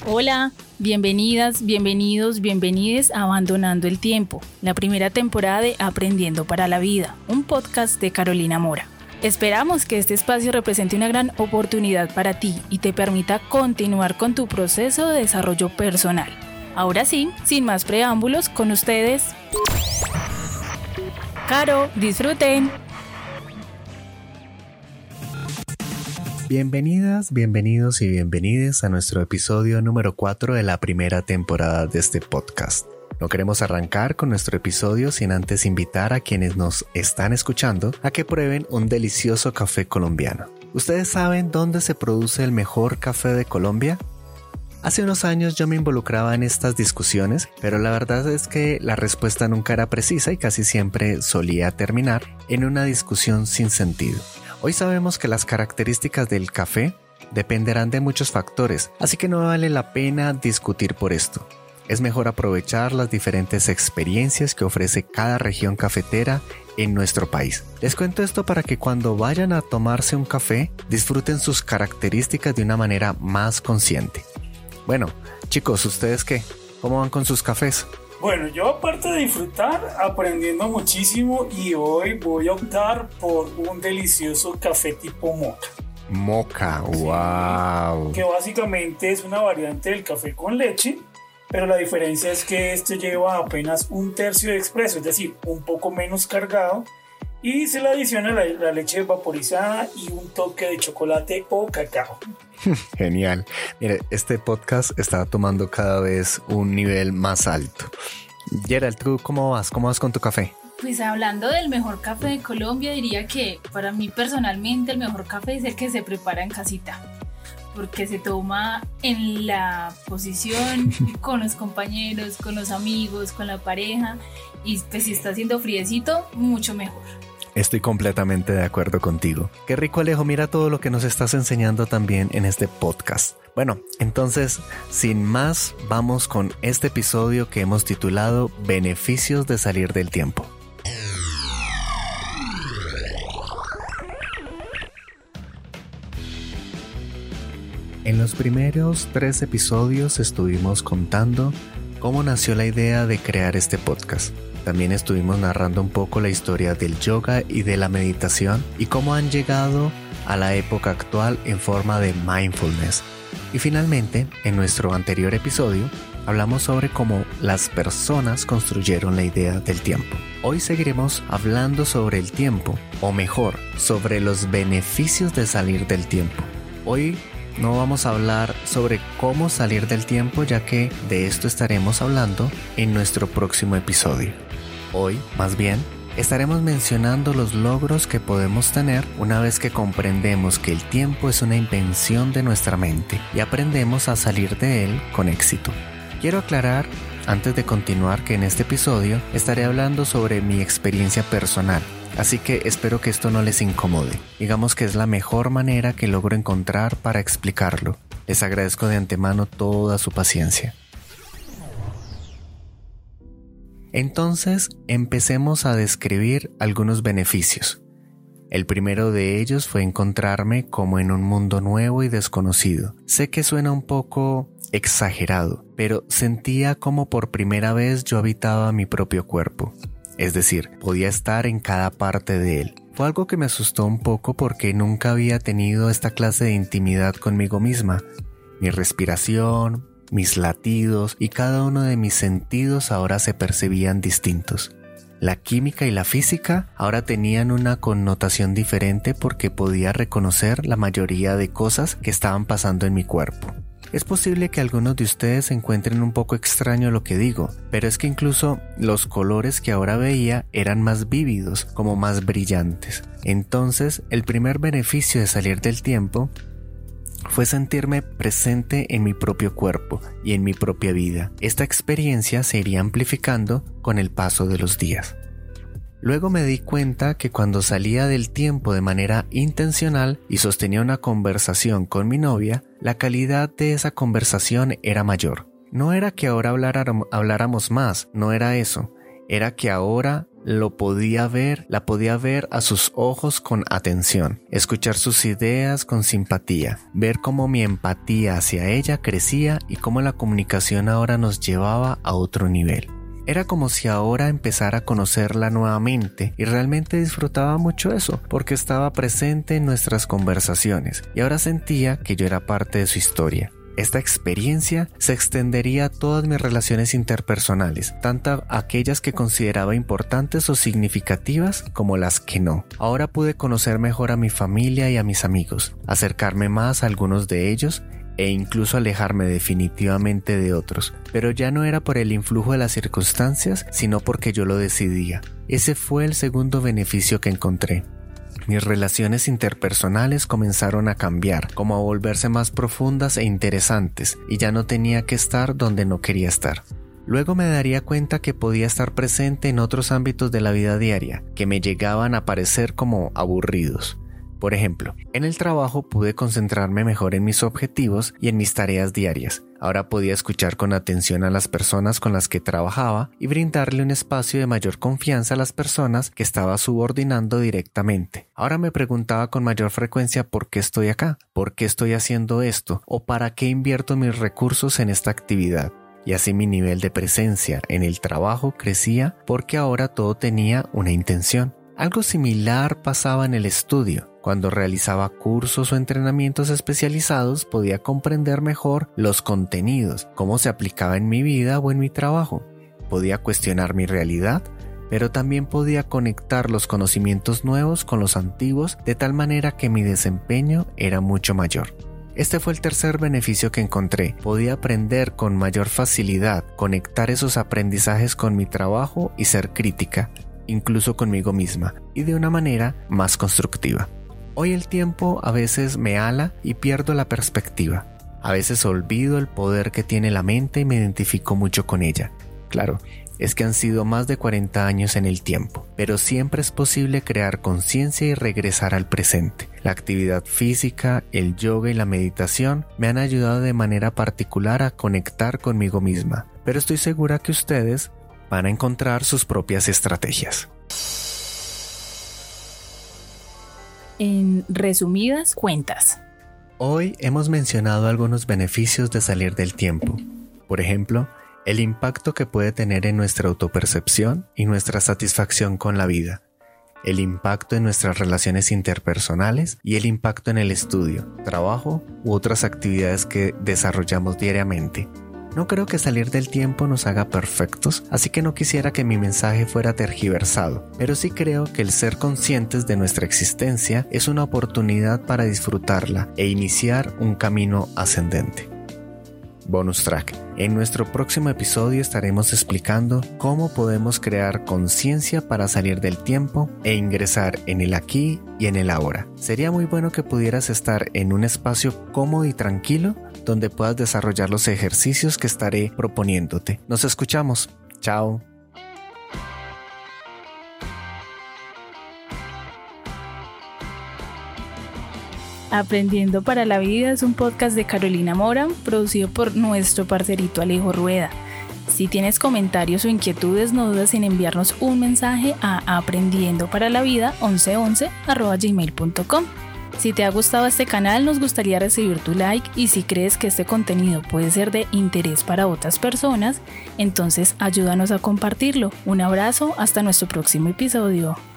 Hola, bienvenidas, bienvenidos, bienvenides a Abandonando el Tiempo, la primera temporada de Aprendiendo para la Vida, un podcast de Carolina Mora. Esperamos que este espacio represente una gran oportunidad para ti y te permita continuar con tu proceso de desarrollo personal. Ahora sí, sin más preámbulos, con ustedes, Caro, disfruten. Bienvenidas, bienvenidos y bienvenides a nuestro episodio número 4 de la primera temporada de este podcast. No queremos arrancar con nuestro episodio sin antes invitar a quienes nos están escuchando a que prueben un delicioso café colombiano. ¿Ustedes saben dónde se produce el mejor café de Colombia? Hace unos años yo me involucraba en estas discusiones, pero la verdad es que la respuesta nunca era precisa y casi siempre solía terminar en una discusión sin sentido. Hoy sabemos que las características del café dependerán de muchos factores, así que no vale la pena discutir por esto. Es mejor aprovechar las diferentes experiencias que ofrece cada región cafetera en nuestro país. Les cuento esto para que cuando vayan a tomarse un café, disfruten sus características de una manera más consciente. Bueno, chicos, ¿ustedes qué? ¿Cómo van con sus cafés? Bueno, yo aparte de disfrutar, aprendiendo muchísimo y hoy voy a optar por un delicioso café tipo moka. Moka, wow. Que básicamente es una variante del café con leche, pero la diferencia es que este lleva apenas un tercio de expreso, es decir, un poco menos cargado, y se le adiciona la leche vaporizada y un toque de chocolate o cacao. Genial. Mire, este podcast está tomando cada vez un nivel más alto. Gerald, ¿tú cómo vas? ¿Cómo vas con tu café? Pues hablando del mejor café de Colombia, diría que para mí personalmente el mejor café es el que se prepara en casita, porque se toma en la posición con los compañeros, con los amigos, con la pareja, y pues si está haciendo friecito, mucho mejor. Estoy completamente de acuerdo contigo. Qué rico, Alejo, mira todo lo que nos estás enseñando también en este podcast. Bueno, entonces, sin más, vamos con este episodio que hemos titulado Beneficios de salir del tiempo. En los primeros 3 episodios estuvimos contando cómo nació la idea de crear este podcast. También estuvimos narrando un poco la historia del yoga y de la meditación y cómo han llegado a la época actual en forma de mindfulness. Y finalmente, en nuestro anterior episodio, hablamos sobre cómo las personas construyeron la idea del tiempo. Hoy seguiremos hablando sobre el tiempo, o mejor, sobre los beneficios de salir del tiempo. Hoy no vamos a hablar sobre cómo salir del tiempo, ya que de esto estaremos hablando en nuestro próximo episodio. Hoy, más bien, estaremos mencionando los logros que podemos tener una vez que comprendemos que el tiempo es una invención de nuestra mente y aprendemos a salir de él con éxito. Quiero aclarar, antes de continuar, que en este episodio estaré hablando sobre mi experiencia personal, así que espero que esto no les incomode. Digamos que es la mejor manera que logro encontrar para explicarlo. Les agradezco de antemano toda su paciencia. Entonces, empecemos a describir algunos beneficios. El primero de ellos fue encontrarme como en un mundo nuevo y desconocido. Sé que suena un poco exagerado, pero sentía como por primera vez yo habitaba mi propio cuerpo. Es decir, podía estar en cada parte de él. Fue algo que me asustó un poco porque nunca había tenido esta clase de intimidad conmigo misma. Mi respiración, mis latidos y cada uno de mis sentidos ahora se percibían distintos. La química y la física ahora tenían una connotación diferente porque podía reconocer la mayoría de cosas que estaban pasando en mi cuerpo. Es posible que algunos de ustedes encuentren un poco extraño lo que digo, pero es que incluso los colores que ahora veía eran más vívidos, como más brillantes. Entonces, el primer beneficio de salir del tiempo fue sentirme presente en mi propio cuerpo y en mi propia vida. Esta experiencia se iría amplificando con el paso de los días. Luego me di cuenta que cuando salía del tiempo de manera intencional y sostenía una conversación con mi novia, la calidad de esa conversación era mayor. No era que ahora habláramos más, no era eso. Era que ahora la podía ver a sus ojos con atención, escuchar sus ideas con simpatía, ver cómo mi empatía hacia ella crecía y cómo la comunicación ahora nos llevaba a otro nivel. Era como si ahora empezara a conocerla nuevamente y realmente disfrutaba mucho eso porque estaba presente en nuestras conversaciones y ahora sentía que yo era parte de su historia. Esta experiencia se extendería a todas mis relaciones interpersonales, tanto aquellas que consideraba importantes o significativas como las que no. Ahora pude conocer mejor a mi familia y a mis amigos, acercarme más a algunos de ellos e incluso alejarme definitivamente de otros, pero ya no era por el influjo de las circunstancias, sino porque yo lo decidía. Ese fue el segundo beneficio que encontré. Mis relaciones interpersonales comenzaron a cambiar, como a volverse más profundas e interesantes, y ya no tenía que estar donde no quería estar. Luego me daría cuenta que podía estar presente en otros ámbitos de la vida diaria, que me llegaban a parecer como aburridos. Por ejemplo, en el trabajo pude concentrarme mejor en mis objetivos y en mis tareas diarias. Ahora podía escuchar con atención a las personas con las que trabajaba y brindarle un espacio de mayor confianza a las personas que estaba subordinando directamente. Ahora me preguntaba con mayor frecuencia por qué estoy acá, por qué estoy haciendo esto o para qué invierto mis recursos en esta actividad. Y así mi nivel de presencia en el trabajo crecía porque ahora todo tenía una intención. Algo similar pasaba en el estudio. Cuando realizaba cursos o entrenamientos especializados podía comprender mejor los contenidos, cómo se aplicaba en mi vida o en mi trabajo. Podía cuestionar mi realidad, pero también podía conectar los conocimientos nuevos con los antiguos de tal manera que mi desempeño era mucho mayor. Este fue el tercer beneficio que encontré. Podía aprender con mayor facilidad, conectar esos aprendizajes con mi trabajo y ser crítica, incluso conmigo misma, y de una manera más constructiva. Hoy el tiempo a veces me ala y pierdo la perspectiva. A veces olvido el poder que tiene la mente y me identifico mucho con ella. Claro, es que han sido más de 40 años en el tiempo, pero siempre es posible crear conciencia y regresar al presente. La actividad física, el yoga y la meditación me han ayudado de manera particular a conectar conmigo misma, pero estoy segura que ustedes van a encontrar sus propias estrategias. En resumidas cuentas. Hoy hemos mencionado algunos beneficios de salir del tiempo. Por ejemplo, el impacto que puede tener en nuestra autopercepción y nuestra satisfacción con la vida, el impacto en nuestras relaciones interpersonales y el impacto en el estudio, trabajo u otras actividades que desarrollamos diariamente. No creo que salir del tiempo nos haga perfectos, así que no quisiera que mi mensaje fuera tergiversado, pero sí creo que el ser conscientes de nuestra existencia es una oportunidad para disfrutarla e iniciar un camino ascendente. Bonus track. En nuestro próximo episodio estaremos explicando cómo podemos crear conciencia para salir del tiempo e ingresar en el aquí y en el ahora. Sería muy bueno que pudieras estar en un espacio cómodo y tranquilo donde puedas desarrollar los ejercicios que estaré proponiéndote. Nos escuchamos. Chao. Aprendiendo para la Vida es un podcast de Carolina Mora, producido por nuestro parcerito Alejo Rueda. Si tienes comentarios o inquietudes, no dudes en enviarnos un mensaje a aprendiendoparala1111@gmail.com. Si te ha gustado este canal, nos gustaría recibir tu like, y si crees que este contenido puede ser de interés para otras personas, entonces ayúdanos a compartirlo. Un abrazo, hasta nuestro próximo episodio.